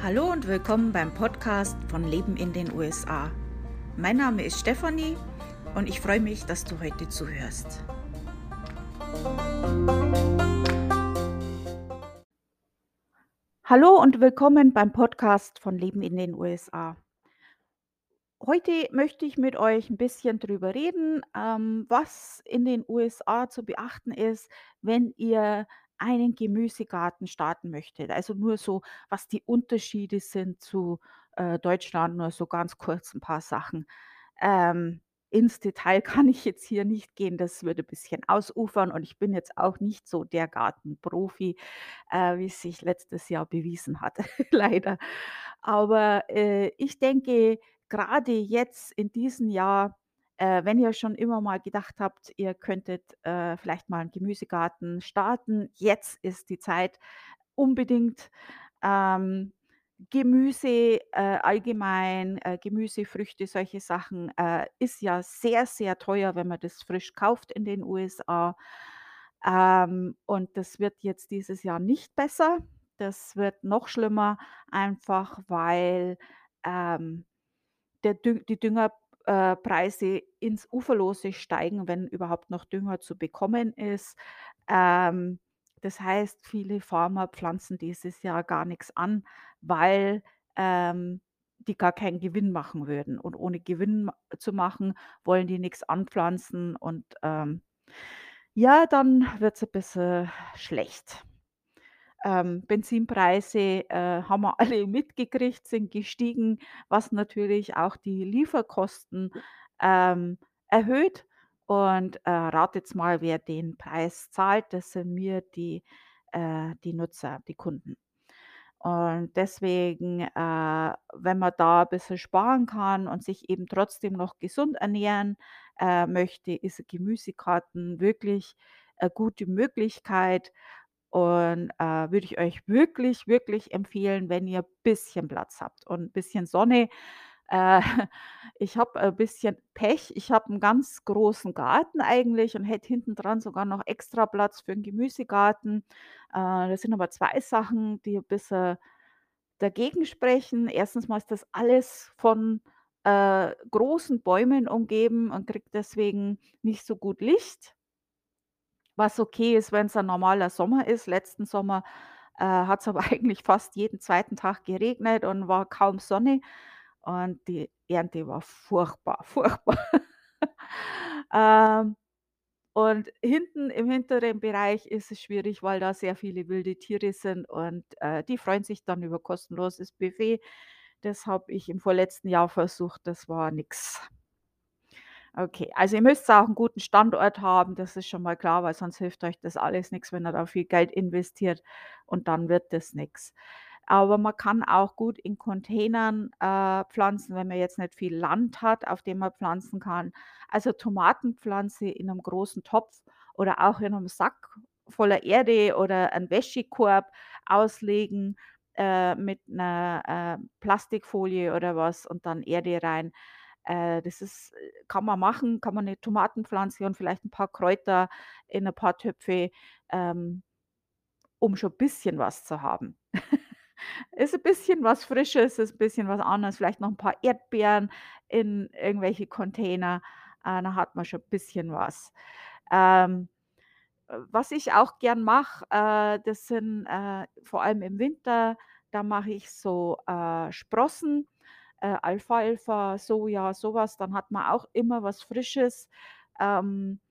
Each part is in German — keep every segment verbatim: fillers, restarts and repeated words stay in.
Hallo und willkommen beim Podcast von Leben in den U S A. Mein Name ist Stefanie und ich freue mich, dass du heute zuhörst. Hallo und willkommen beim Podcast von Leben in den U S A. Heute möchte ich mit euch ein bisschen drüber reden, ähm, was in den U S A zu beachten ist, wenn ihr einen Gemüsegarten starten möchtet. Also nur so, was die Unterschiede sind zu äh, Deutschland, nur so ganz kurz ein paar Sachen. Ähm, ins Detail kann ich jetzt hier nicht gehen, das würde ein bisschen ausufern und ich bin jetzt auch nicht so der Gartenprofi, äh, wie es sich letztes Jahr bewiesen hat, leider. Aber äh, ich denke, gerade jetzt in diesem Jahr, äh, wenn ihr schon immer mal gedacht habt, ihr könntet, äh, vielleicht mal einen Gemüsegarten starten, jetzt ist die Zeit unbedingt. Ähm, Gemüse, äh, allgemein, äh, Gemüse, Früchte, solche Sachen, äh, ist ja sehr, sehr teuer, wenn man das frisch kauft in den U S A. Ähm, und das wird jetzt dieses Jahr nicht besser. Das wird noch schlimmer, einfach weil, ähm der Düng die Düngerpreise äh, Preise ins Uferlose steigen, wenn überhaupt noch Dünger zu bekommen ist. Ähm, das heißt, viele Farmer pflanzen dieses Jahr gar nichts an, weil, ähm, die gar keinen Gewinn machen würden. Und ohne Gewinn ma zu machen, wollen die nichts anpflanzen und, ähm, ja, dann wird's ein bisschen schlecht. Ähm, Benzinpreise, äh, haben wir alle mitgekriegt, sind gestiegen, was natürlich auch die Lieferkosten, ähm, erhöht. Und, äh, ratet mal, wer den Preis zahlt. Das sind wir, die äh, die Nutzer, die Kunden. Und deswegen, äh, wenn man da ein bisschen sparen kann und sich eben trotzdem noch gesund ernähren, äh, möchte, ist 'n Gemüsegarten wirklich eine gute Möglichkeit. Und, äh, würde ich euch wirklich, wirklich empfehlen, wenn ihr bisschen Platz habt und 'n bisschen Sonne. Äh, ich habe ein bisschen Pech. Ich habe einen ganz großen Garten eigentlich und hätte hinten dran sogar noch extra Platz für 'n Gemüsegarten. Äh, das sind aber zwei Sachen, die ein bisschen dagegen sprechen. Erstens mal ist das alles von, äh, großen Bäumen umgeben und kriegt deswegen nicht so gut Licht. Was okay ist, wenn es ein normaler Sommer ist. Letzten Sommer, äh, hat es aber eigentlich fast jeden zweiten Tag geregnet und war kaum Sonne und die Ernte war furchtbar, furchtbar. Ähm, und hinten im hinteren Bereich ist es schwierig, weil da sehr viele wilde Tiere sind und, äh, die freuen sich dann über kostenloses Buffet. Das habe ich im vorletzten Jahr versucht, das war nix. Okay, also ihr müsst auch 'n guten Standort haben, das ist schon mal klar, weil sonst hilft euch das alles nix, wenn ihr da viel Geld investiert und dann wird das nix. Aber man kann auch gut in Containern, äh, pflanzen, wenn man jetzt nicht viel Land hat, auf dem man pflanzen kann. Also Tomatenpflanze in 'nem großen Topf oder auch in 'nem Sack voller Erde oder 'n Wäschekorb auslegen, äh, mit 'ner, äh, Plastikfolie oder was und dann Erde rein. Äh, das ist äh, kann man machen, kann man 'ne Tomatenpflanze und vielleicht 'n paar Kräuter in 'n paar Töpfe, ähm, um schon bisschen was zu haben. Ist 'n bisschen was Frisches, ist 'n bisschen was anderes, vielleicht noch 'n paar Erdbeeren in irgendwelche Container, äh, dann hat man schon bisschen was. Ähm, äh, was ich auch gern mache, äh, das sind, äh, vor allem im Winter, da mache ich so, äh, Sprossen, äh, Alfalfa, Soja, so was, dann hat man auch immer was Frisches. Ähm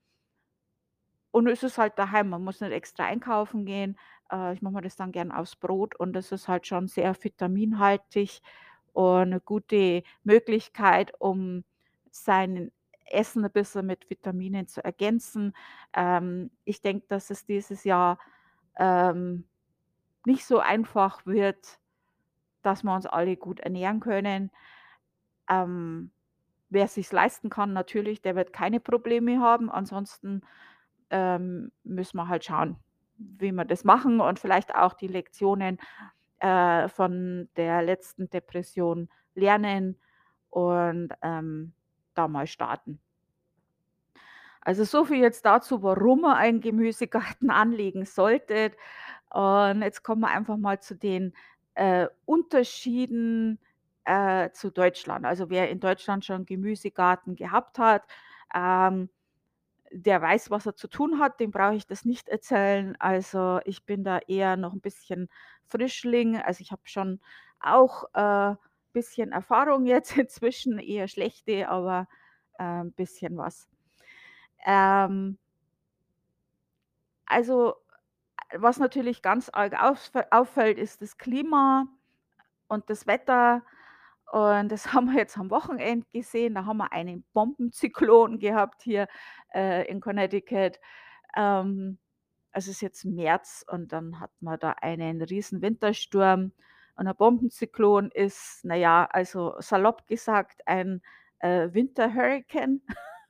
und es ist halt daheim, man muss nicht extra einkaufen gehen. Äh, ich mache mir das dann gern aufs Brot und das ist halt schon sehr vitaminhaltig und 'ne gute Möglichkeit, um sein Essen 'n bisschen mit Vitaminen zu ergänzen. Ähm, ich denke, dass es dieses Jahr, ähm, nicht so einfach wird, dass wir uns alle gut ernähren können. Ähm, wer sich's leisten kann, natürlich, der wird keine Probleme haben. Ansonsten, ähm, müssen wir halt schauen, wie wir das machen und vielleicht auch die Lektionen, äh, von der letzten Depression lernen und, ähm, da mal starten. Also, so viel jetzt dazu, warum man einen Gemüsegarten anlegen sollte. Und jetzt kommen wir einfach mal zu den äh, Unterschieden, äh, zu Deutschland. Also, wer in Deutschland schon Gemüsegarten gehabt hat, ähm, der weiß, was er zu tun hat, dem brauche ich das nicht erzählen. Also, ich bin da eher noch 'n bisschen Frischling. Also, ich habe schon auch, äh, bisschen Erfahrung jetzt inzwischen, eher schlechte, aber, äh, bisschen was. Ähm also, was natürlich ganz arg ausf auffällt, ist das Klima und das Wetter. Und das haben wir jetzt am Wochenende gesehen. Da haben wir einen Bombenzyklon gehabt hier, äh, in Connecticut. Ähm, es ist jetzt März und dann hatten wir da einen riesen Wintersturm. Und 'n Bombenzyklon ist, na ja, also salopp gesagt, ein, äh, Winter-Hurrikan.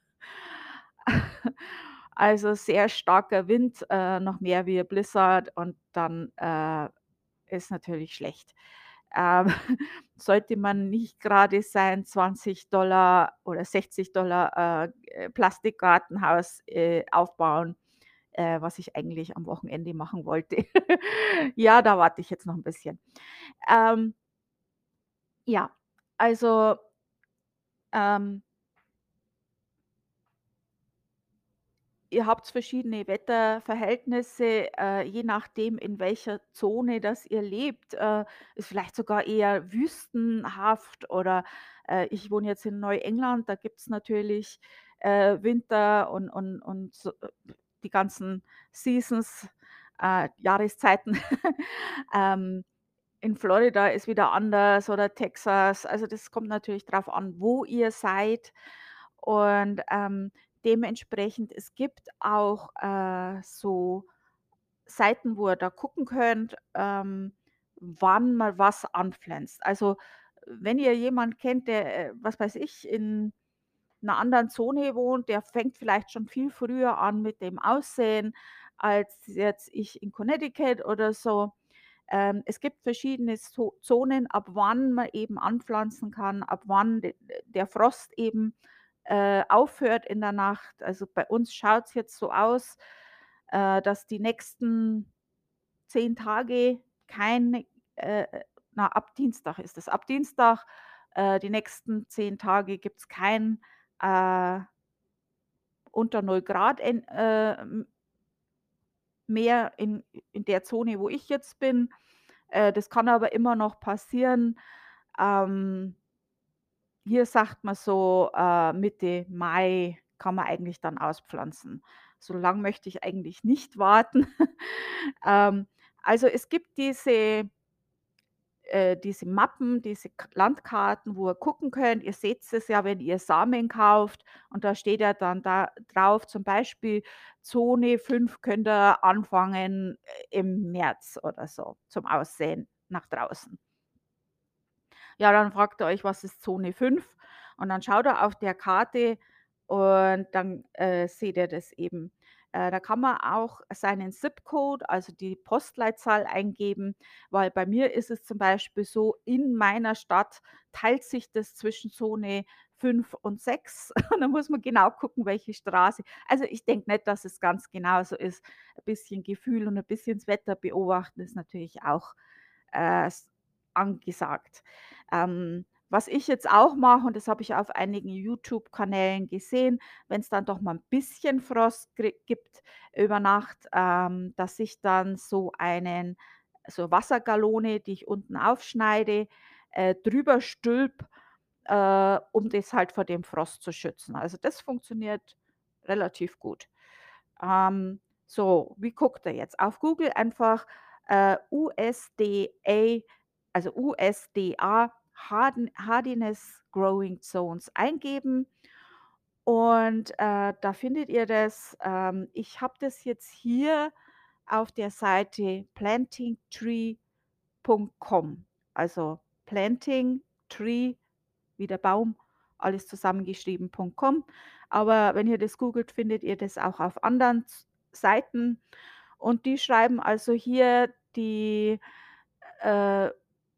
Also, sehr starker Wind, äh, noch mehr wie 'n Blizzard und dann, äh, ist natürlich schlecht. Ähm, sollte man nicht grade sein zwanzig Dollar oder sechzig Dollar äh, äh, Plastikgartenhaus, äh, aufbauen, äh, was ich eigentlich am Wochenende machen wollte. Ja, da warte ich jetzt noch 'n bisschen. Ähm ja, also, ähm ihr habt verschiedene Wetterverhältnisse, äh, je nachdem, in welcher Zone das ihr lebt, äh, ist vielleicht sogar eher wüstenhaft oder, äh, ich wohne jetzt in Neuengland, da gibt's natürlich, äh, Winter und und und so äh, die ganzen Seasons, äh, Jahreszeiten. Ähm, in Florida ist wieder anders oder Texas. Also, das kommt natürlich drauf an, wo ihr seid. Und, ähm, dementsprechend es gibt auch, äh, so Seiten, wo ihr da gucken könnt, ähm, wann man was anpflanzt. Also, wenn ihr jemand kennt, der, äh, was weiß ich, in 'ner anderen Zone wohnt, der fängt vielleicht schon viel früher an mit dem Aussäen als jetzt ich in Connecticut oder so. Ähm, es gibt verschiedene Zo Zonen, ab wann man eben anpflanzen kann, ab wann d der Frost eben, äh, aufhört in der Nacht. Also, bei uns schaut's jetzt so aus, äh, dass die nächsten zehn Tage keine äh, äh, na, ab Dienstag ist es. Ab Dienstag, äh, die nächsten zehn Tage gibt's kein, äh unter null Grad en äh, m mehr in in der Zone, wo ich jetzt bin. Äh, das kann aber immer noch passieren. Ähm hier sagt man so, äh, Mitte Mai kann man eigentlich dann auspflanzen. So lang möchte ich eigentlich nicht warten. Ähm, also, es gibt diese äh, diese Mappen, diese K Landkarten, wo ihr gucken könnt. Ihr seht's es ja, wenn ihr Samen kauft und da steht ja dann da drauf, zum Beispiel Zone fünf könnt ihr anfangen, äh, im März oder so zum Aussäen nach draußen. Ja, dann fragt ihr euch: „Was ist Zone fünf?“ Und dann schaut ihr auf der Karte und dann, äh, seht ihr das eben. Äh, da kann man auch seinen Zip-Code, also die Postleitzahl eingeben, weil bei mir ist es zum Beispiel so, in meiner Stadt teilt sich das zwischen Zone fünf und sechs und dann muss man genau gucken, welche Straße. Also, ich denke nicht, dass es ganz genauso ist. Ein bisschen Gefühl und ein bisschen das Wetter beobachten ist natürlich auch, äh, s angesagt. Ähm, was ich jetzt auch mache, und das habe ich auf einigen YouTube-Kanälen gesehen, wenn's dann doch mal 'n bisschen Frost gri gibt über Nacht, ähm, dass ich dann so einen so Wassergallone, die ich unten aufschneide, äh, drüber stülpe, äh, um das halt vor dem Frost zu schützen. Also, das funktioniert relativ gut. Ähm, so, wie guckt ihr jetzt? Auf Google einfach, äh, U S D A, also U S D A, Harden Hardiness Growing Zones eingeben und, äh, da findet ihr das. Ähm, ich habe das jetzt hier auf der Seite plantingtree Punkt com. Also, Planting Tree wie der Baum, alles zusammengeschrieben Punkt com. Aber wenn ihr das googelt, findet ihr das auch auf anderen Z Seiten. Und die schreiben also hier, die, äh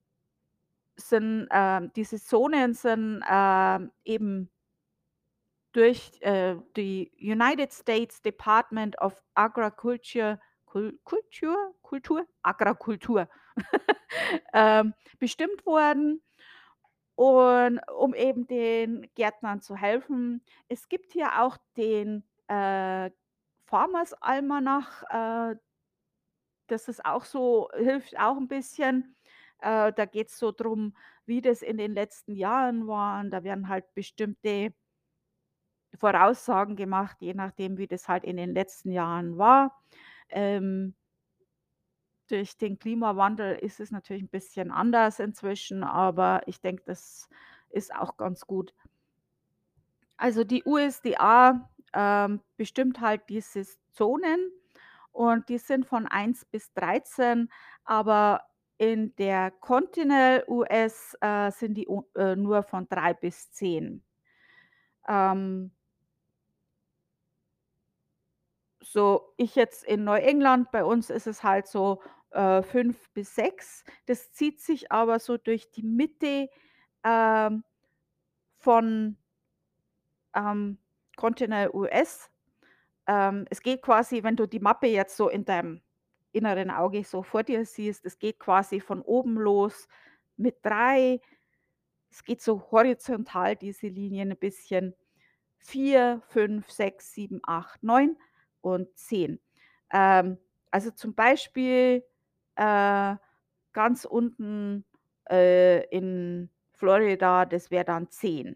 sind, ähm diese Zonen sind, ähm, eben durch, äh, die United States Department of Agriculture Kul Kultur Kultur? Agrakultur. ähm, bestimmt worden und um eben den Gärtnern zu helfen. Es gibt hier auch den, äh, Farmers Almanach, äh, das ist auch so hilft auch 'n bisschen. Äh, da geht's so drum, wie das in den letzten Jahren war und da werden halt bestimmte Voraussagen gemacht, je nachdem, wie das halt in den letzten Jahren war. Ähm durch den Klimawandel ist es natürlich 'n bisschen anders inzwischen, aber ich denke, das ist auch ganz gut. Also, die U S D A, ähm, bestimmt halt diese Zonen und die sind von eins bis dreizehn, aber in der Continental U S, äh, sind die u äh, nur von drei bis zehn. Ähm So, ich jetzt in Neuengland, bei uns ist es halt so, äh, fünf bis sechs. Das zieht sich aber so durch die Mitte, ähm, von, ähm, Continental U S. Ähm, es geht quasi, wenn du die Mappe jetzt so in deinem inneren Auge so vor dir siehst, es geht quasi von oben los mit drei. Es geht so horizontal diese Linien 'n bisschen. Vier, fünf, sechs, sieben, acht, neun und zehn. Ähm, also, zum Beispiel, äh, ganz unten, äh, in Florida, das wäre dann zehn.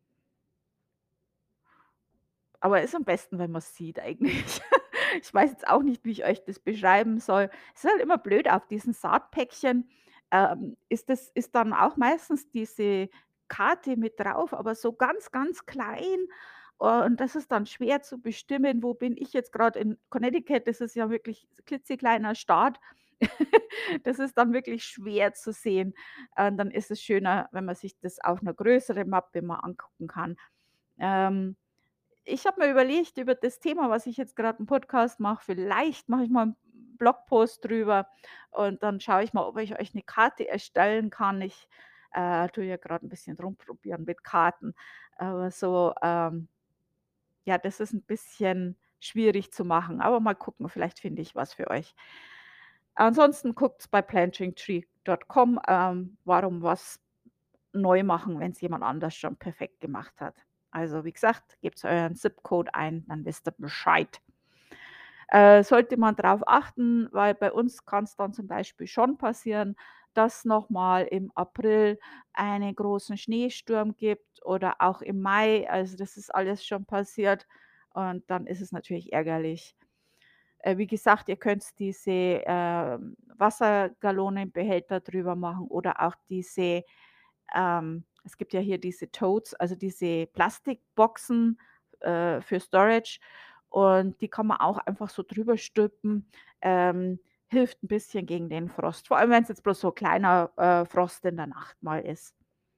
Aber ist am besten, wenn man's sieht eigentlich. Ich weiß jetzt auch nicht, wie ich euch das beschreiben soll. Es ist halt immer blöd auf diesen Saatpäckchen, ähm, ist das ist dann auch meistens diese Karte mit drauf, aber so ganz, ganz klein und das ist dann schwer zu bestimmen, wo bin ich jetzt grad in Connecticut, das ist ja wirklich klitzekleiner Staat. Das ist dann wirklich schwer zu sehen. Äh, dann ist es schöner, wenn man sich das auf 'ner größeren Mappe mal angucken kann. Ähm, ich habe mir überlegt, über das Thema, was ich jetzt grad im Podcast mache, vielleicht mache ich mal 'n Blogpost drüber und dann schaue ich mal, ob ich euch 'ne Karte erstellen kann. Ich, äh, tue ja grad 'n bisschen rumprobieren mit Karten, aber so, ähm ja, das ist 'n bisschen schwierig zu machen, aber mal gucken, vielleicht finde ich was für euch. Ansonsten guckt's bei planting tree Punkt com, ähm, warum was neu machen, wenn's jemand anders schon perfekt gemacht hat. Also, wie gesagt, gebt's euren Zip-Code ein, dann wisst ihr Bescheid. Äh, sollte man drauf achten, weil bei uns kann's dann zum Beispiel schon passieren, dass noch mal im April einen großen Schneesturm gibt oder auch im Mai. Also, das ist alles schon passiert und dann ist es natürlich ärgerlich. Äh, wie gesagt, ihr könnt diese, ähm, Wassergallonenbehälter drüber machen oder auch diese ähm, es gibt ja hier diese Totes, also diese Plastikboxen, äh, für Storage und die kann man auch einfach so drüber stülpen, ähm, hilft 'n bisschen gegen den Frost, vor allem wenn's jetzt bloß so kleiner, äh, Frost in der Nacht mal ist.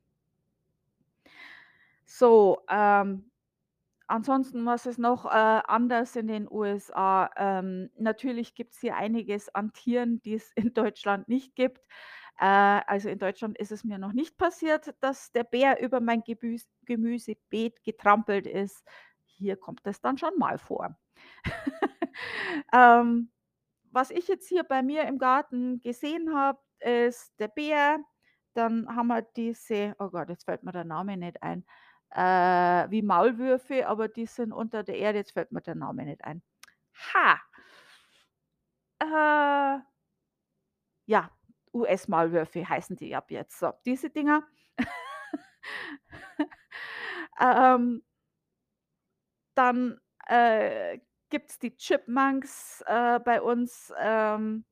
So, ähm, ansonsten, was ist noch, äh, anders in den U S A? Ähm, natürlich gibt's hier einiges an Tieren, die es in Deutschland nicht gibt. Äh, also, in Deutschland ist es mir noch nicht passiert, dass der Bär über mein Gebüs Gemüsebeet getrampelt ist. Hier kommt es dann schon mal vor. Ähm, was ich jetzt hier bei mir im Garten gesehen habe, ist der Bär. Dann haben wir diese oh Gott, jetzt fällt mir der Name nicht ein, äh, wie Maulwürfe, aber die sind unter der Erde. Jetzt fällt mir der Name nicht ein. Ha! Äh ja, U S-Maulwürfe heißen die ab jetzt. So, diese Dinger. Ähm dann, äh, gibt's die Chipmunks, äh, bei uns, ähm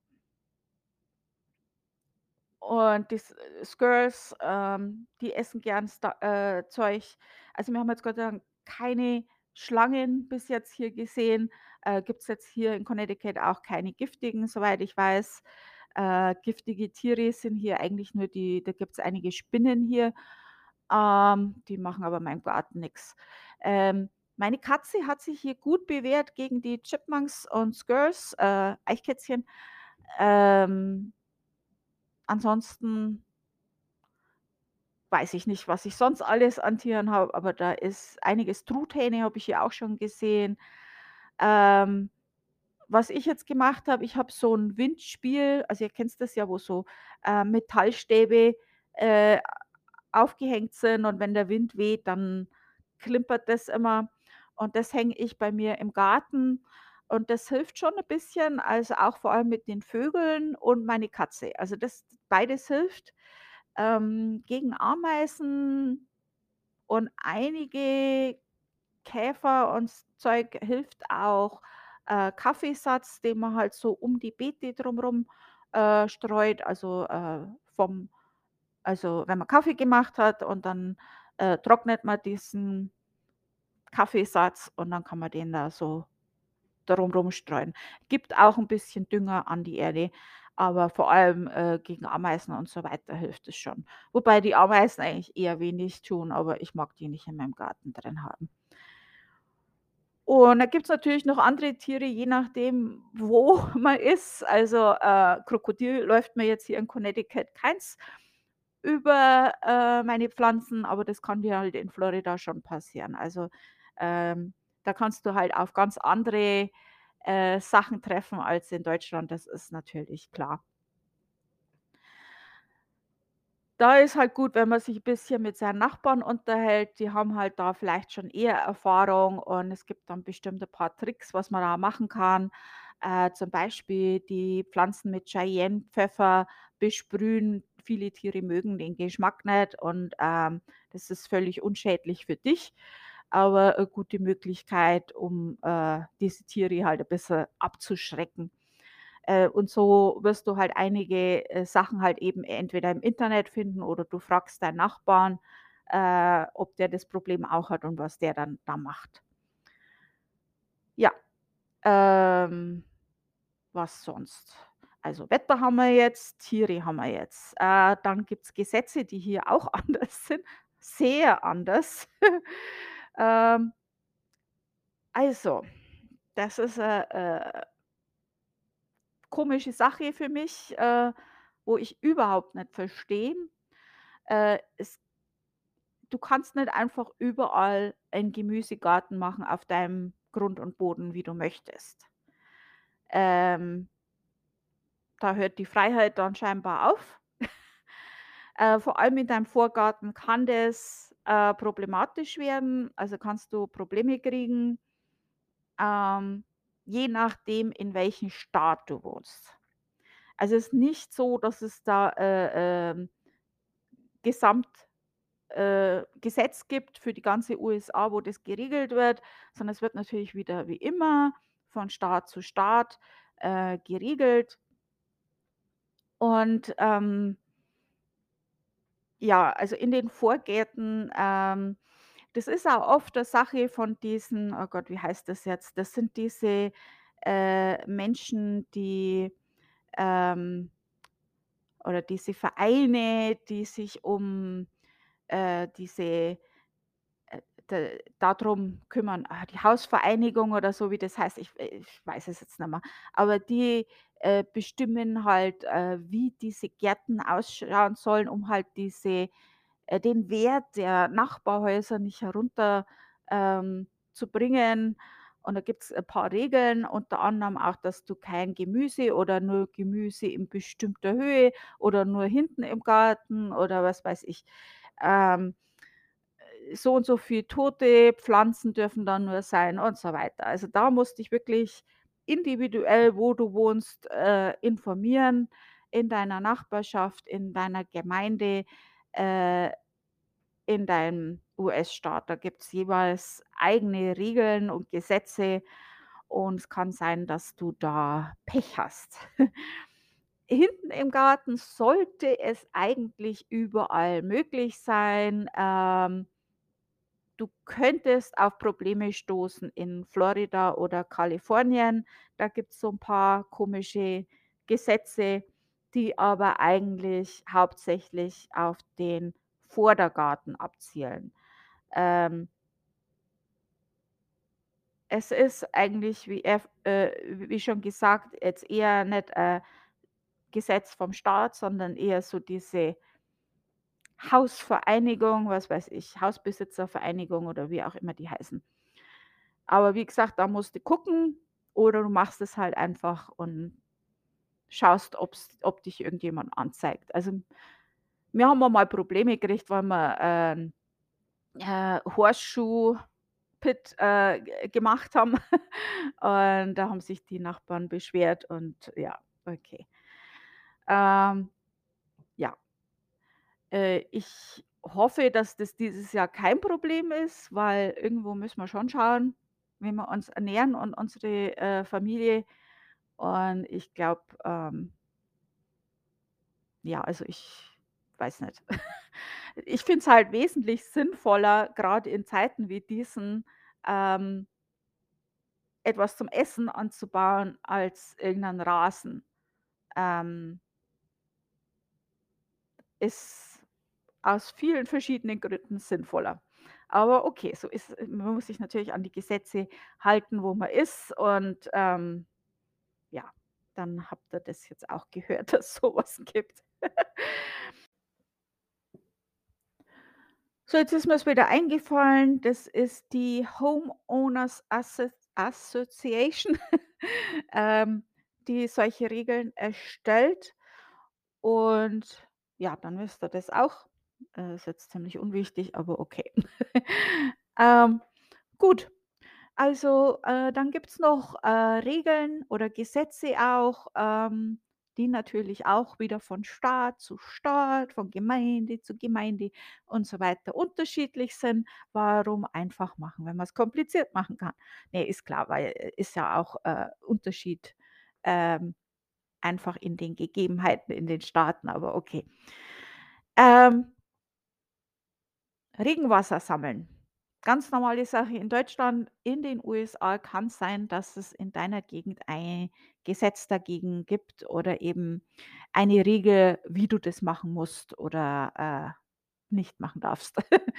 und die S Squirrels, ähm, die essen gern Sta äh, Zeug. Also, wir haben jetzt Gott sei Dank keine Schlangen bis jetzt hier gesehen. Äh, gibt's jetzt hier in Connecticut auch keine giftigen, soweit ich weiß. Äh, giftige Tiere sind hier eigentlich nur die da gibt's einige Spinnen hier, ähm, die machen aber meinem Garten nix. Ähm, meine Katze hat sich hier gut bewährt gegen die Chipmunks und Squirrels, äh, Eichkätzchen. Ähm ansonsten weiß ich nicht, was ich sonst alles an Tieren habe, aber da ist einiges Truthähne habe ich hier auch schon gesehen. Ähm was ich jetzt gemacht habe, ich habe so 'n Windspiel, also ihr kennt das ja, wo so, äh, Metallstäbe, äh, aufgehängt sind und wenn der Wind weht, dann klimpert das immer und das hänge ich bei mir im Garten und das hilft schon 'n bisschen, also auch vor allem mit den Vögeln und meine Katze. Also das beides hilft, ähm, gegen Ameisen und einige Käfer und s Zeug hilft auch, äh, Kaffeesatz, den man halt so um die Beete drumrum, äh, streut, also, äh, vom also, wenn man Kaffee gemacht hat und dann, äh, trocknet man diesen Kaffeesatz und dann kann man den da so drumrum streuen. Gibt auch 'n bisschen Dünger an die Erde, aber vor allem, äh, gegen Ameisen und so weiter hilft es schon. Wobei die Ameisen eigentlich eher wenig tun, aber ich mag die nicht in meinem Garten drin haben. Und da gibt's natürlich noch andere Tiere, je nachdem, wo man ist. Also, äh, Krokodil läuft mir jetzt hier in Connecticut keins über, äh, meine Pflanzen, aber das kann dir halt in Florida schon passieren. Also, ähm, da kannst du halt auf ganz andere, äh, Sachen treffen als in Deutschland, das ist natürlich klar. Da ist halt gut, wenn man sich 'n bisschen mit seinen Nachbarn unterhält, die haben halt da vielleicht schon eher Erfahrung und es gibt dann bestimmt ein paar Tricks, was man da machen kann. Äh, zum Beispiel die Pflanzen mit Cayennepfeffer besprühen. Viele Tiere mögen den Geschmack nicht und, ähm, das ist völlig unschädlich für dich, aber 'ne gute Möglichkeit, um, äh, diese Tiere halt ein bisschen abzuschrecken. Äh, und so wirst du halt einige, äh, Sachen halt eben entweder im Internet finden oder du fragst deinen Nachbarn, äh, ob der das Problem auch hat und was der dann da macht. Ja, ähm, was sonst? Also, Wetter haben wir jetzt, Tiere haben wir jetzt. Äh, dann gibt's Gesetze, die hier auch anders sind, sehr anders. Ähm, also, das ist, äh, äh komische Sache für mich, äh, wo ich überhaupt nicht verstehe. Äh, es Du kannst nicht einfach überall einen Gemüsegarten machen auf deinem Grund und Boden, wie du möchtest. Ähm, Da hört die Freiheit dann scheinbar auf. Äh, vor allem in deinem Vorgarten kann das, äh, problematisch werden, also kannst du Probleme kriegen, ähm, je nachdem, in welchem Staat du wohnst. Also, es ist nicht so, dass es da, äh, ähm, Gesamt äh, Gesetz gibt für die ganze U S A, wo das geregelt wird, sondern es wird natürlich wieder wie immer von Staat zu Staat, äh, geregelt. Und, ähm, ja, also in den Vorgärten, ähm das ist auch oft 'ne Sache von diesen oh Gott, wie heißt das jetzt? Das sind diese, äh, Menschen, die, ähm oder diese Vereine, die sich um, äh, diese äh, d da kümmern, ah, die Hausvereinigung oder so, wie das heißt, ich äh, ich weiß es jetzt nicht mehr. Aber die, äh, bestimmen halt, äh, wie diese Gärten ausschauen sollen, um halt diese äh, den Wert der Nachbarhäuser nicht herunter, ähm, zu bringen. Und da gibt's ein paar Regeln, unter anderem auch, dass du kein Gemüse oder nur Gemüse in bestimmter Höhe oder nur hinten im Garten oder was weiß ich, ähm so und so viel tote Pflanzen dürfen da nur sein und so weiter. Also, da musst dich wirklich individuell, wo du wohnst, äh, informieren, in deiner Nachbarschaft, in deiner Gemeinde, äh, in deinem U S-Staat. Da gibt's jeweils eigene Regeln und Gesetze und es kann sein, dass du da Pech hast. Hinten im Garten sollte es eigentlich überall möglich sein, ähm Du könntest auf Probleme stoßen in Florida oder Kalifornien. Da gibt's so 'n paar komische Gesetze, die aber eigentlich hauptsächlich auf den Vordergarten abzielen. Ähm, Es ist eigentlich, wie erf äh, wie schon gesagt, jetzt eher nicht, äh, Gesetz vom Staat, sondern eher so diese Hausvereinigung, was weiß ich, Hausbesitzervereinigung oder wie auch immer die heißen. Aber wie gesagt, da musst du gucken oder du machst es halt einfach und schaust, ob's ob dich irgendjemand anzeigt. Also, wir haben mal Probleme gekriegt, weil wir, ähm, äh, Horseshoe Pit, äh, g gemacht haben. Und da haben sich die Nachbarn beschwert und ja, okay. Ähm, ja, äh, ich hoffe, dass das dieses Jahr kein Problem ist, weil irgendwo müssen wir schon schauen, wie wir uns ernähren und unsere, äh, Familie. Und ich glaube, ähm ja, also ich weiß nicht. Ich finde es halt wesentlich sinnvoller, gerade in Zeiten wie diesen, ähm etwas zum Essen anzubauen als irgendeinen Rasen. Ähm, ist aus vielen verschiedenen Gründen sinnvoller. Aber okay, so ist man muss sich natürlich an die Gesetze halten, wo man ist und, ähm, ja, dann habt ihr das jetzt auch gehört, dass so was gibt. So, jetzt ist mir's wieder eingefallen, das ist die Homeowners Assoc Association, ähm, die solche Regeln erstellt. Und ja, dann wisst ihr das auch. Äh, ist jetzt ziemlich unwichtig, aber okay. Ähm, gut, also, äh, dann gibt's noch, äh, Regeln oder Gesetze auch, ähm, die natürlich auch wieder von Staat zu Staat, von Gemeinde zu Gemeinde und so weiter unterschiedlich sind. Warum einfach machen, wenn man's kompliziert machen kann? Ne, ist klar, weil, äh, ist ja auch, äh, Unterschied, ähm, einfach in den Gegebenheiten in den Staaten, aber okay. Ähm Regenwasser sammeln. Ganz normale Sache in Deutschland. In den U S A kann's sein, dass es in deiner Gegend ein Gesetz dagegen gibt oder eben eine Regel, wie du das machen musst oder, äh, nicht machen darfst.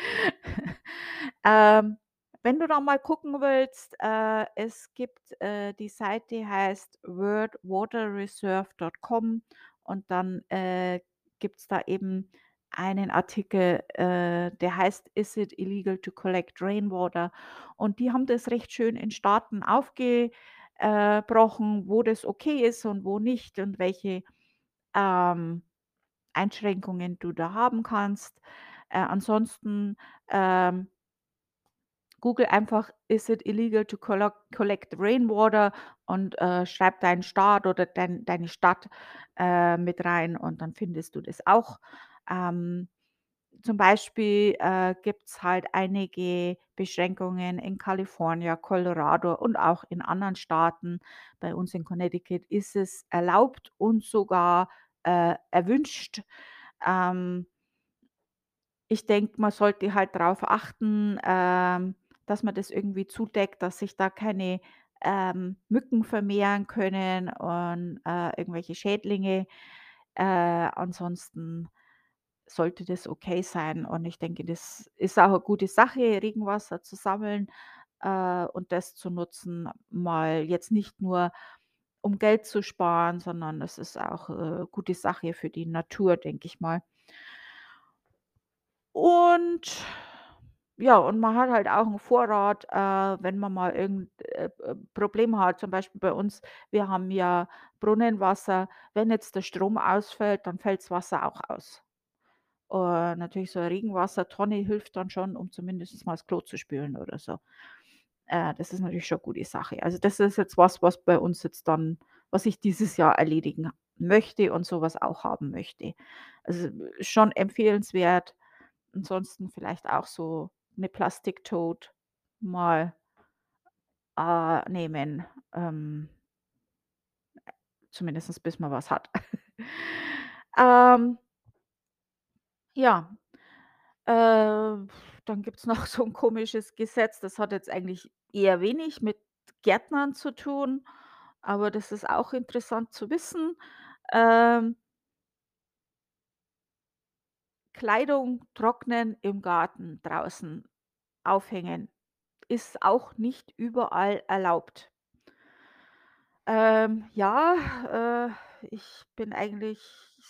Ähm, wenn du da mal gucken willst, äh, es gibt, äh die Seite heißt world water reserve Punkt com und dann, äh, gibt's da eben einen Artikel, äh, der heißt „Is it illegal to collect rainwater?" Und die haben das recht schön in Staaten aufge äh, brochen, wo das okay ist und wo nicht und welche, ähm, Einschränkungen du da haben kannst. Äh, ansonsten, ähm google einfach „Is it illegal to colloc collect rainwater?" und, äh, schreib deinen Staat oder dein deine Stadt, äh, mit rein und dann findest du das auch. Ähm, zum Beispiel, äh, gibt's halt einige Beschränkungen in California, Colorado und auch in anderen Staaten. Bei uns in Connecticut ist es erlaubt und sogar, äh, erwünscht. Ähm ich denke, man sollte halt drauf achten, ähm, dass man das irgendwie zudeckt, dass sich da keine, ähm, Mücken vermehren können und, äh, irgendwelche Schädlinge. Äh, ansonsten sollte das okay sein und ich denke, das ist auch 'ne gute Sache, Regenwasser zu sammeln, äh, und das zu nutzen, mal jetzt nicht nur, um Geld zu sparen, sondern es ist auch, äh, gute Sache für die Natur, denke ich mal. Und ja, und man hat halt auch 'n Vorrat, äh, wenn man mal irgend äh, äh, Problem hat. Zum Beispiel bei uns, wir haben ja Brunnenwasser. Wenn jetzt der Strom ausfällt, dann fällt's Wasser auch aus. Und natürlich so 'ne Regenwassertonne hilft dann schon, um zumindest mal das Klo zu spülen oder so. Äh, das ist natürlich schon gute Sache. Also, das ist jetzt was, was bei uns jetzt dann was ich dieses Jahr erledigen möchte und so was auch haben möchte. Also, schon empfehlenswert. Ansonsten vielleicht auch so 'ne Plastiktote mal äh, nehmen, ähm zumindest bis man was hat. Ähm ja, äh, dann gibt's noch so 'n komisches Gesetz, das hat jetzt eigentlich eher wenig mit Gärtnern zu tun, aber das ist auch interessant zu wissen. Ähm Kleidung trocknen im Garten draußen aufhängen ist auch nicht überall erlaubt. Ähm, ja, äh, ich bin eigentlich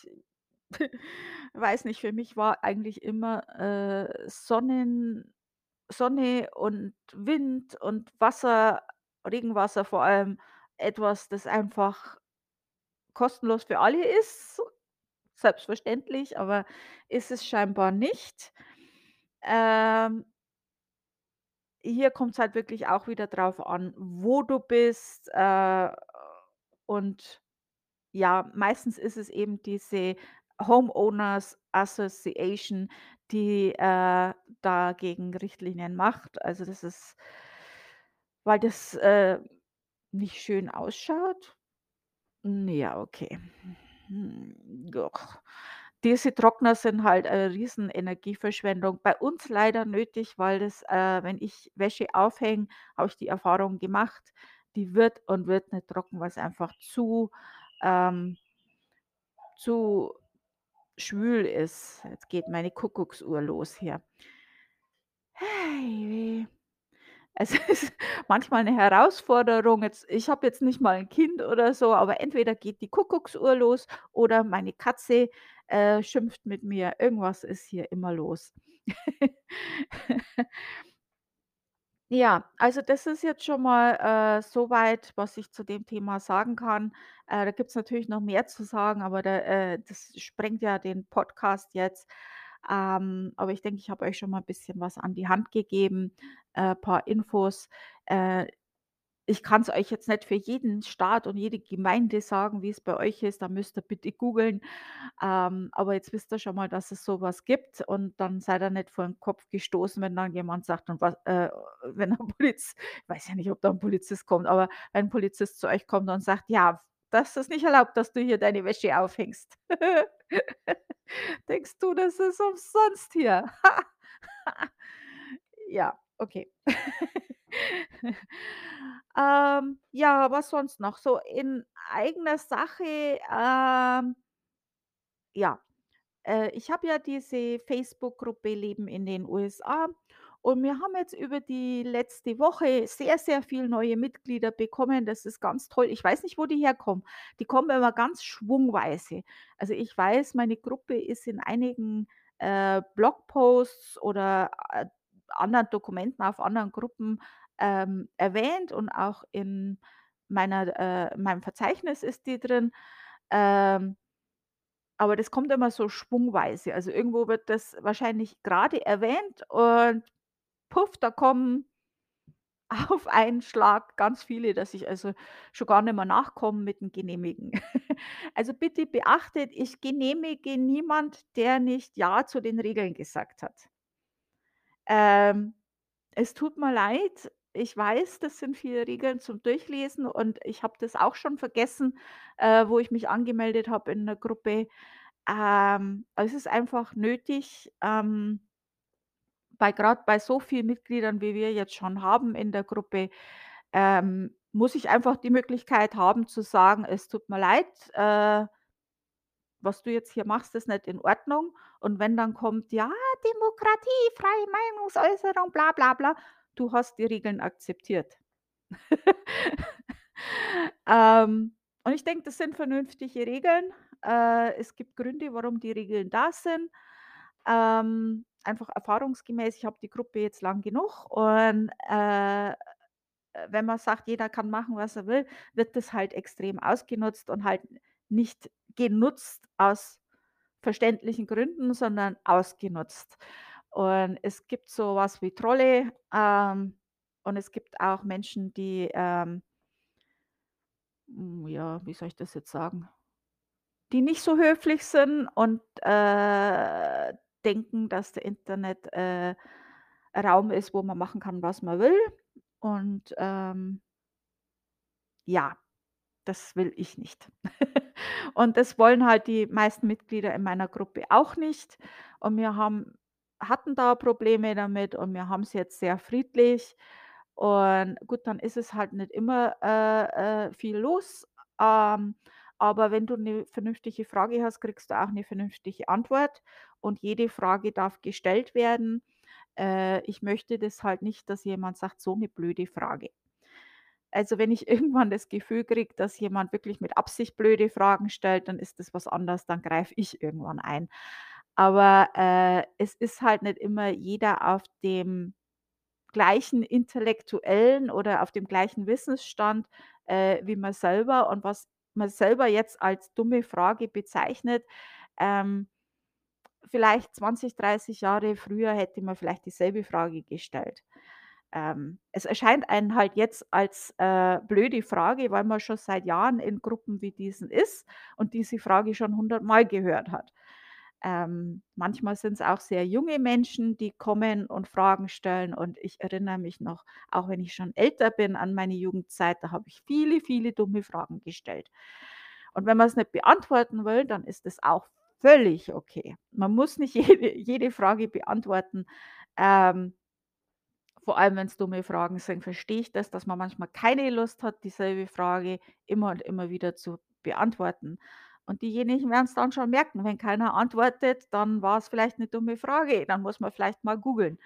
weiß nicht, für mich war eigentlich immer, äh, Sonnen Sonne und Wind und Wasser, Regenwasser vor allem, etwas, das einfach kostenlos für alle ist, selbstverständlich, aber ist es scheinbar nicht. Ähm, Hier kommt's halt wirklich auch wieder drauf an, wo du bist, äh, und ja, meistens ist es eben diese Homeowners Association, die, äh, dagegen Richtlinien macht. Also, das ist weil das, äh, nicht schön ausschaut. Hm, ja, okay. Hm, doch. Diese Trockner sind halt eine riesen Energieverschwendung. Bei uns leider nötig, weil das, äh wenn ich Wäsche aufhänge, habe ich die Erfahrung gemacht, die wird und wird nicht trocken, weil's einfach zu, ähm zu schwül ist. Jetzt geht meine Kuckucksuhr los hier. Hei weh. Es ist manchmal 'ne Herausforderung. Jetzt ich habe jetzt nicht mal 'n Kind oder so, aber entweder geht die Kuckucksuhr los oder meine Katze, äh, schimpft mit mir. Irgendwas ist hier immer los. Ja, also das ist jetzt schon mal, äh, so weit, was ich zu dem Thema sagen kann. Äh, da gibt's natürlich noch mehr zu sagen, aber da äh, das sprengt ja den Podcast jetzt. Ähm, aber ich denke, ich habe euch schon mal 'n bisschen was an die Hand gegeben, äh, paar Infos. Äh, Ich kann es euch jetzt nicht für jeden Staat und jede Gemeinde sagen, wie es bei euch ist, da müsst ihr bitte googeln. Ähm, aber jetzt wisst ihr schon mal, dass es so was gibt und dann seid ihr nicht vor 'n Kopf gestoßen, wenn dann jemand sagt und was äh, wenn ein Poliz ich weiß ja nicht, ob da 'n Polizist kommt, aber wenn 'n Polizist zu euch kommt und sagt: „Ja, das ist nicht erlaubt, dass du hier deine Wäsche aufhängst.“ Denkst du, das ist umsonst hier? Ja, okay. Ähm, ja, was sonst noch? So in eigener Sache, ähm, ja. Äh, ich habe ja diese Facebook-Gruppe Leben in den U S A und wir haben jetzt über die letzte Woche sehr, sehr viel neue Mitglieder bekommen. Das ist ganz toll. Ich weiß nicht, wo die herkommen. Die kommen immer ganz schwungweise. Also, ich weiß, meine Gruppe ist in einigen, äh, Blogposts oder, äh, anderen Dokumenten auf anderen Gruppen, ähm, erwähnt und auch in meiner äh, in meinem Verzeichnis ist die drin. Ähm aber das kommt immer so schwungweise. Also, irgendwo wird das wahrscheinlich grade erwähnt und puff, da kommen auf einen Schlag ganz viele, dass ich also schon gar nicht mehr nachkomme mit dem Genehmigen. Also, bitte beachtet, ich genehmige niemand, der nicht „Ja“ zu den Regeln gesagt hat. Ähm, Es tut mir leid. Ich weiß, das sind viele Regeln zum Durchlesen und ich habe das auch schon vergessen, äh, wo ich mich angemeldet habe in 'ner Gruppe. Ähm, es ist einfach nötig, ähm, bei grad bei so vielen Mitgliedern, wie wir jetzt schon haben in der Gruppe, ähm, muss ich einfach die Möglichkeit haben zu sagen: „Es tut mir leid, äh, was du jetzt hier machst, ist nicht in Ordnung.“ Und wenn dann kommt: „Ja, Demokratie, freie Meinungsäußerung, bla bla bla“, du hast die Regeln akzeptiert. Ähm, und ich denke, das sind vernünftige Regeln. Äh, es gibt Gründe, warum die Regeln da sind. Ähm, einfach erfahrungsgemäß, ich habe die Gruppe jetzt lang genug und, äh, wenn man sagt, jeder kann machen, was er will, wird das halt extrem ausgenutzt und halt nicht genutzt aus verständlichen Gründen, sondern ausgenutzt. Und es gibt so was wie Trolle, ähm, und es gibt auch Menschen, die, ähm hm, ja, wie soll ich das jetzt sagen? Die nicht so höflich sind und, äh, denken, dass der Internet, äh, ein Raum ist, wo man machen kann, was man will. Und, ähm, ja, das will ich nicht. Und das wollen halt die meisten Mitglieder in meiner Gruppe auch nicht. Und wir haben hatten da Probleme damit und wir haben's jetzt sehr friedlich. Und gut, dann ist es halt nicht immer, äh, äh, viel los. Ähm, aber wenn du eine vernünftige Frage hast, kriegst du auch eine vernünftige Antwort und jede Frage darf gestellt werden. Äh, ich möchte das halt nicht, dass jemand sagt: „So eine blöde Frage.“ Also, wenn ich irgendwann das Gefühl kriege, dass jemand wirklich mit Absicht blöde Fragen stellt, dann ist das was anderes, dann greife ich irgendwann ein. Aber, äh, es ist halt nicht immer jeder auf dem gleichen intellektuellen oder auf dem gleichen Wissensstand, äh, wie man selber und was man selber jetzt als dumme Frage bezeichnet, ähm, vielleicht zwanzig, dreißig Jahre früher hätte man vielleicht dieselbe Frage gestellt. Ähm, es erscheint einem halt jetzt als, äh, blöde Frage, weil man schon seit Jahren in Gruppen wie diesen ist und diese Frage schon hundertmal gehört hat. Ähm, manchmal sind es auch sehr junge Menschen, die kommen und Fragen stellen und ich erinnere mich noch, auch wenn ich schon älter bin, an meine Jugendzeit, da habe ich viele, viele dumme Fragen gestellt. Und wenn man es nicht beantworten will, dann ist es auch völlig okay. Man muss nicht jede jede Frage beantworten. Ähm, vor allem, wenn es dumme Fragen sind, verstehe ich das, dass man manchmal keine Lust hat, dieselbe Frage immer und immer wieder zu beantworten. Und diejenigen werden es dann schon merken, wenn keiner antwortet, dann war es vielleicht eine dumme Frage, dann muss man vielleicht mal googeln.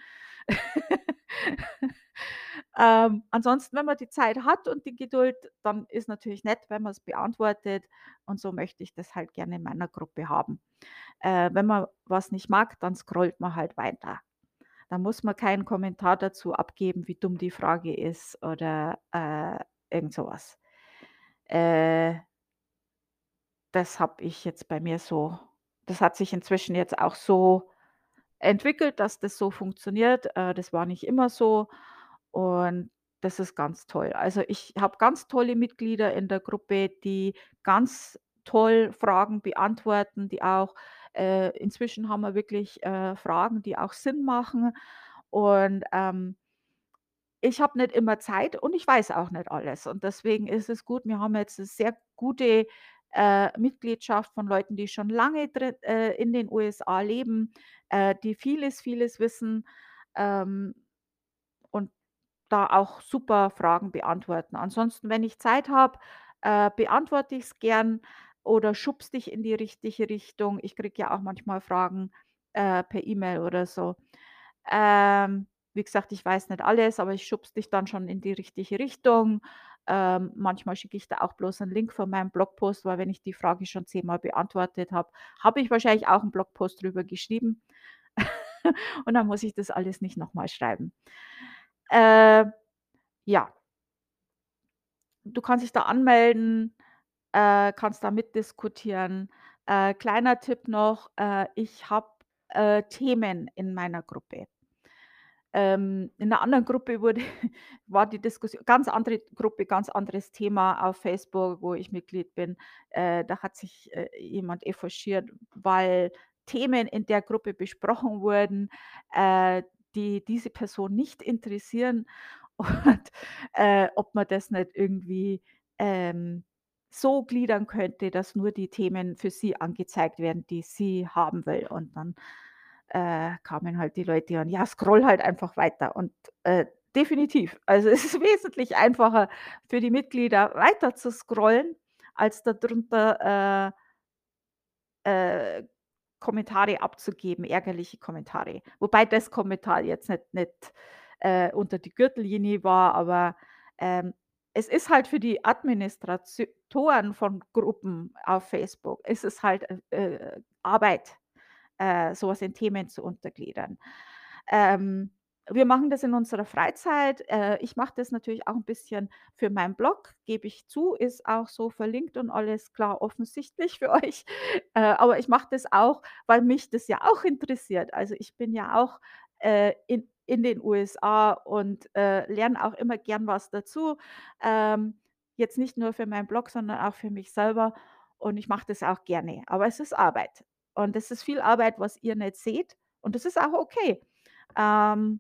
Ähm, ansonsten, wenn man die Zeit hat und die Geduld, dann ist natürlich nett, wenn man es beantwortet und so möchte ich das halt gerne in meiner Gruppe haben. Äh, wenn man was nicht mag, dann scrollt man halt weiter. Da muss man keinen Kommentar dazu abgeben, wie dumm die Frage ist oder, äh, irgend so was. Äh, das habe ich jetzt bei mir so das hat sich inzwischen jetzt auch so entwickelt, dass das so funktioniert. Äh, das war nicht immer so und das ist ganz toll. Also, ich habe ganz tolle Mitglieder in der Gruppe, die ganz toll Fragen beantworten, die auch äh, inzwischen haben wir wirklich, äh, Fragen, die auch Sinn machen und, ähm ich habe nicht immer Zeit und ich weiß auch nicht alles. Und deswegen ist es gut, wir haben jetzt 'ne sehr gute, äh, Mitgliedschaft von Leuten, die schon lange drin äh, in den U S A leben, äh, die vieles, vieles wissen, ähm, und da auch super Fragen beantworten. Ansonsten, wenn ich Zeit habe, äh, beantworte ich es gern oder schubse dich in die richtige Richtung. Ich kriege ja auch manchmal Fragen, äh, per E-Mail oder so. Ähm, wie gesagt, ich weiß nicht alles, aber ich schubse dich dann schon in die richtige Richtung. Ähm, manchmal schicke ich da auch bloß einen Link von meinem Blogpost, weil wenn ich die Frage schon zehnmal beantwortet habe, habe ich wahrscheinlich auch einen Blogpost drüber geschrieben und dann muss ich das alles nicht noch mal schreiben. Äh, ja, du kannst dich da anmelden, äh, kannst da mitdiskutieren. Äh, kleiner Tipp noch, äh, ich habe, äh, Themen in meiner Gruppe. Ähm, in 'ner anderen Gruppe wurde war die Diskussion ganz andere Gruppe, ganz anderes Thema auf Facebook, wo ich Mitglied bin. Äh, da hat sich, äh, jemand echauffiert, weil Themen in der Gruppe besprochen wurden, äh, die diese Person nicht interessieren und, äh, ob man das nicht irgendwie, ähm, so gliedern könnte, dass nur die Themen für sie angezeigt werden, die sie haben will. Und dann äh, kamen halt die Leute und: „Ja, scroll halt einfach weiter." Und, äh, definitiv. Also, es ist wesentlich einfacher für die Mitglieder weiter zu scrollen, als da drunter, äh, äh, Kommentare abzugeben, ärgerliche Kommentare. Wobei das Kommentar jetzt nicht nicht, äh, unter die Gürtellinie war, aber, ähm, es ist halt für die Administratoren von Gruppen auf Facebook ist es halt, äh, äh, Arbeit, äh, so in Themen zu untergliedern. Ähm, wir machen das in unserer Freizeit. Äh, ich mache das natürlich auch ein bisschen für meinen Blog, gebe ich zu, ist auch so verlinkt und alles klar offensichtlich für euch. Äh, aber ich mache das auch, weil mich das ja auch interessiert. Also, ich bin ja auch, äh, in in den U S A und, äh, lerne auch immer gern was dazu. Ähm, jetzt nicht nur für meinen Blog, sondern auch für mich selber und ich mache das auch gerne. Aber es ist Arbeit. Und das ist viel Arbeit, was ihr nicht seht und das ist auch okay. Ähm,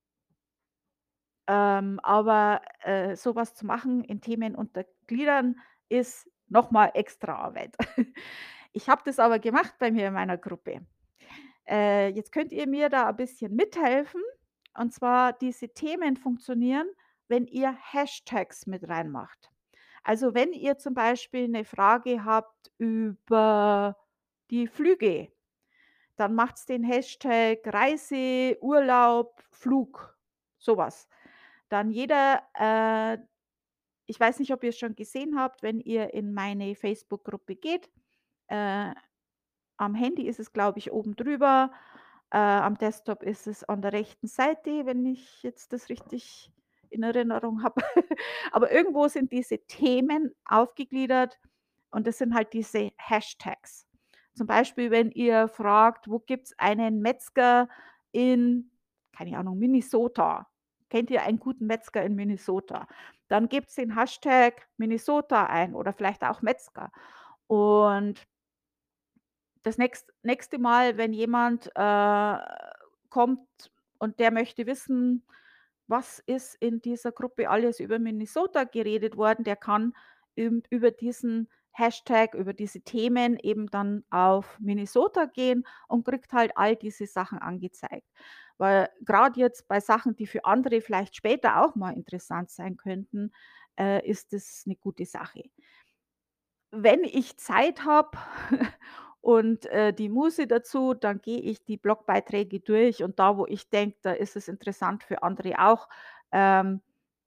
ähm, aber, äh, so zu machen, in Themen untergliedern, ist noch mal extra Arbeit. Ich habe das aber gemacht bei mir in meiner Gruppe. Äh, jetzt könnt ihr mir da ein bisschen mithelfen. Und zwar diese Themen funktionieren, wenn ihr Hashtags mit reinmacht. Also, wenn ihr zum Beispiel eine Frage habt über die Flüge, dann macht's den Hashtag Reise, Urlaub, Flug, sowas. Dann jeder äh, ich weiß nicht, ob ihr es schon gesehen habt, wenn ihr in meine Facebook-Gruppe geht. Äh, am Handy ist es, glaube ich, oben drüber. Äh, am Desktop ist es an der rechten Seite, wenn ich jetzt das richtig in Erinnerung habe. Aber irgendwo sind diese Themen aufgegliedert und das sind halt diese Hashtags. Zum Beispiel, wenn ihr fragt: „Wo gibt's einen Metzger in, keine Ahnung, Minnesota?“ Kennt ihr einen guten Metzger in Minnesota? Dann gibt's den Hashtag Minnesota ein oder vielleicht auch Metzger. Und das nächst nächste Mal, wenn jemand, äh, kommt und der möchte wissen, was ist in dieser Gruppe alles über Minnesota geredet worden, der kann üb über diesen Hashtag, über diese Themen eben dann auf Minnesota gehen und kriegt halt all diese Sachen angezeigt. Weil grad jetzt bei Sachen, die für andere vielleicht später auch mal interessant sein könnten, äh, ist das 'ne gute Sache. Wenn ich Zeit habe und, äh, die Muße dazu, dann gehe ich die Blogbeiträge durch und da, wo ich denke, da ist es interessant für andere auch, ähm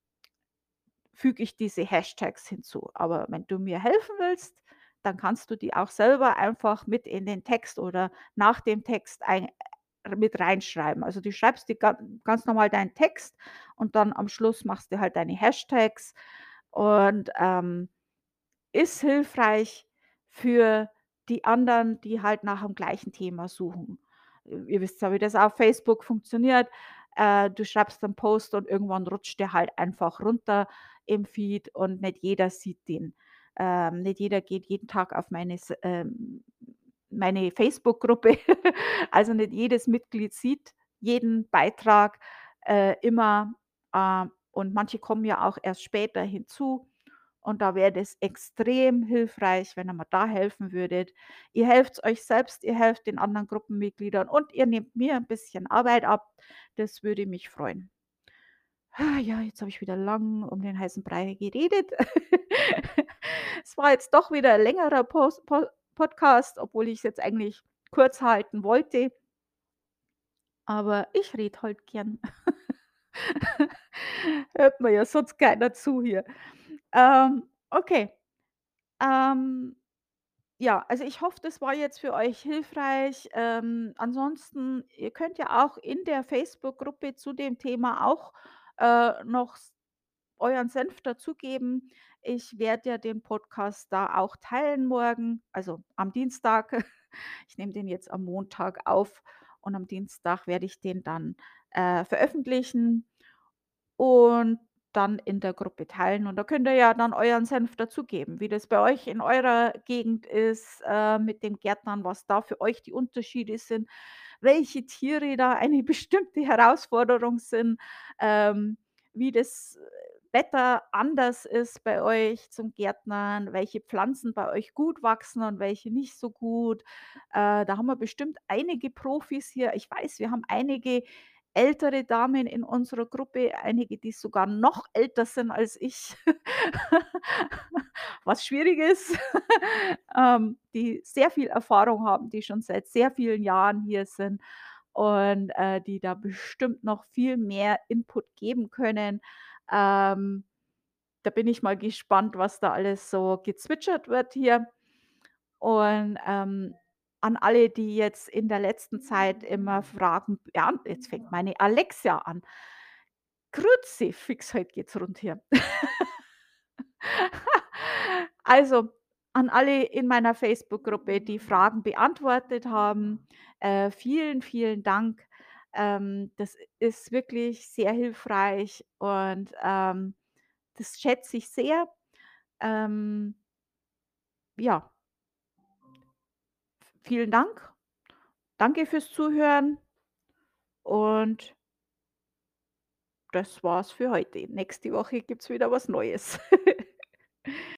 füge ich diese Hashtags hinzu. Aber wenn du mir helfen willst, dann kannst du die auch selber einfach mit in den Text oder nach dem Text ein äh, mit reinschreiben. Also, du schreibst dir ga ganz normal deinen Text und dann am Schluss machst du halt deine Hashtags und, ähm, ist hilfreich für die anderen, die halt nach dem gleichen Thema suchen. Äh, ihr wisst ja, wie das auf Facebook funktioniert. Äh, du schreibst 'n Post und irgendwann rutscht der halt einfach runter im Feed und nicht jeder sieht den. Ähm, nicht jeder geht jeden Tag auf meine S ähm, meine Facebook-Gruppe. Also, nicht jedes Mitglied sieht jeden Beitrag, äh, immer, äh, und manche kommen ja auch erst später hinzu. Und da wäre das extrem hilfreich, wenn ihr mir da helfen würdet. Ihr helft euch selbst, ihr helft den anderen Gruppenmitgliedern und ihr nehmt mir 'n bisschen Arbeit ab. Das würde mich freuen. Ha, ja, jetzt habe ich wieder lang um den heißen Brei geredet. Es war jetzt doch wieder 'n längerer Post Po Podcast, obwohl ich's jetzt eigentlich kurz halten wollte. Aber ich rede halt gern. Hört mir ja sonst keiner zu hier. Ähm, okay. Ähm, ja, also ich hoffe, das war jetzt für euch hilfreich. Ähm, ansonsten, ihr könnt ja auch in der Facebook-Gruppe zu dem Thema auch, äh, noch s euren Senf dazugeben. Ich werde ja den Podcast da auch teilen morgen, also am Dienstag. Ich nehme den jetzt am Montag auf und am Dienstag werde ich den dann, äh, veröffentlichen und dann in der Gruppe teilen. Und da könnt ihr ja dann euren Senf dazugeben, wie das bei euch in eurer Gegend ist, äh, mit dem Gärtnern, was da für euch die Unterschiede sind, welche Tiere da eine bestimmte Herausforderung sind, ähm, wie das, äh, Wetter anders ist bei euch zum Gärtnern, welche Pflanzen bei euch gut wachsen und welche nicht so gut. Äh, da haben wir bestimmt einige Profis hier. Ich weiß, wir haben einige ältere Damen in unserer Gruppe, einige, die sogar noch älter sind als ich, was schwierig ist, ähm, die sehr viel Erfahrung haben, die schon seit sehr vielen Jahren hier sind und, äh, die da bestimmt noch viel mehr Input geben können. Ähm, da bin ich mal gespannt, was da alles so gezwitschert wird hier. Und, ähm, an alle, die jetzt in der letzten Zeit immer fragen ja, jetzt fängt meine Alexa an. Kruzifix, heute geht's rund hier. Also, an alle in meiner Facebook-Gruppe, die Fragen beantwortet haben, äh, vielen, vielen Dank. Ähm, das ist wirklich sehr hilfreich und, ähm, das schätze ich sehr. Ähm ja. Vielen Dank. Danke fürs Zuhören. Und das war's für heute. Nächste Woche gibt's wieder was Neues.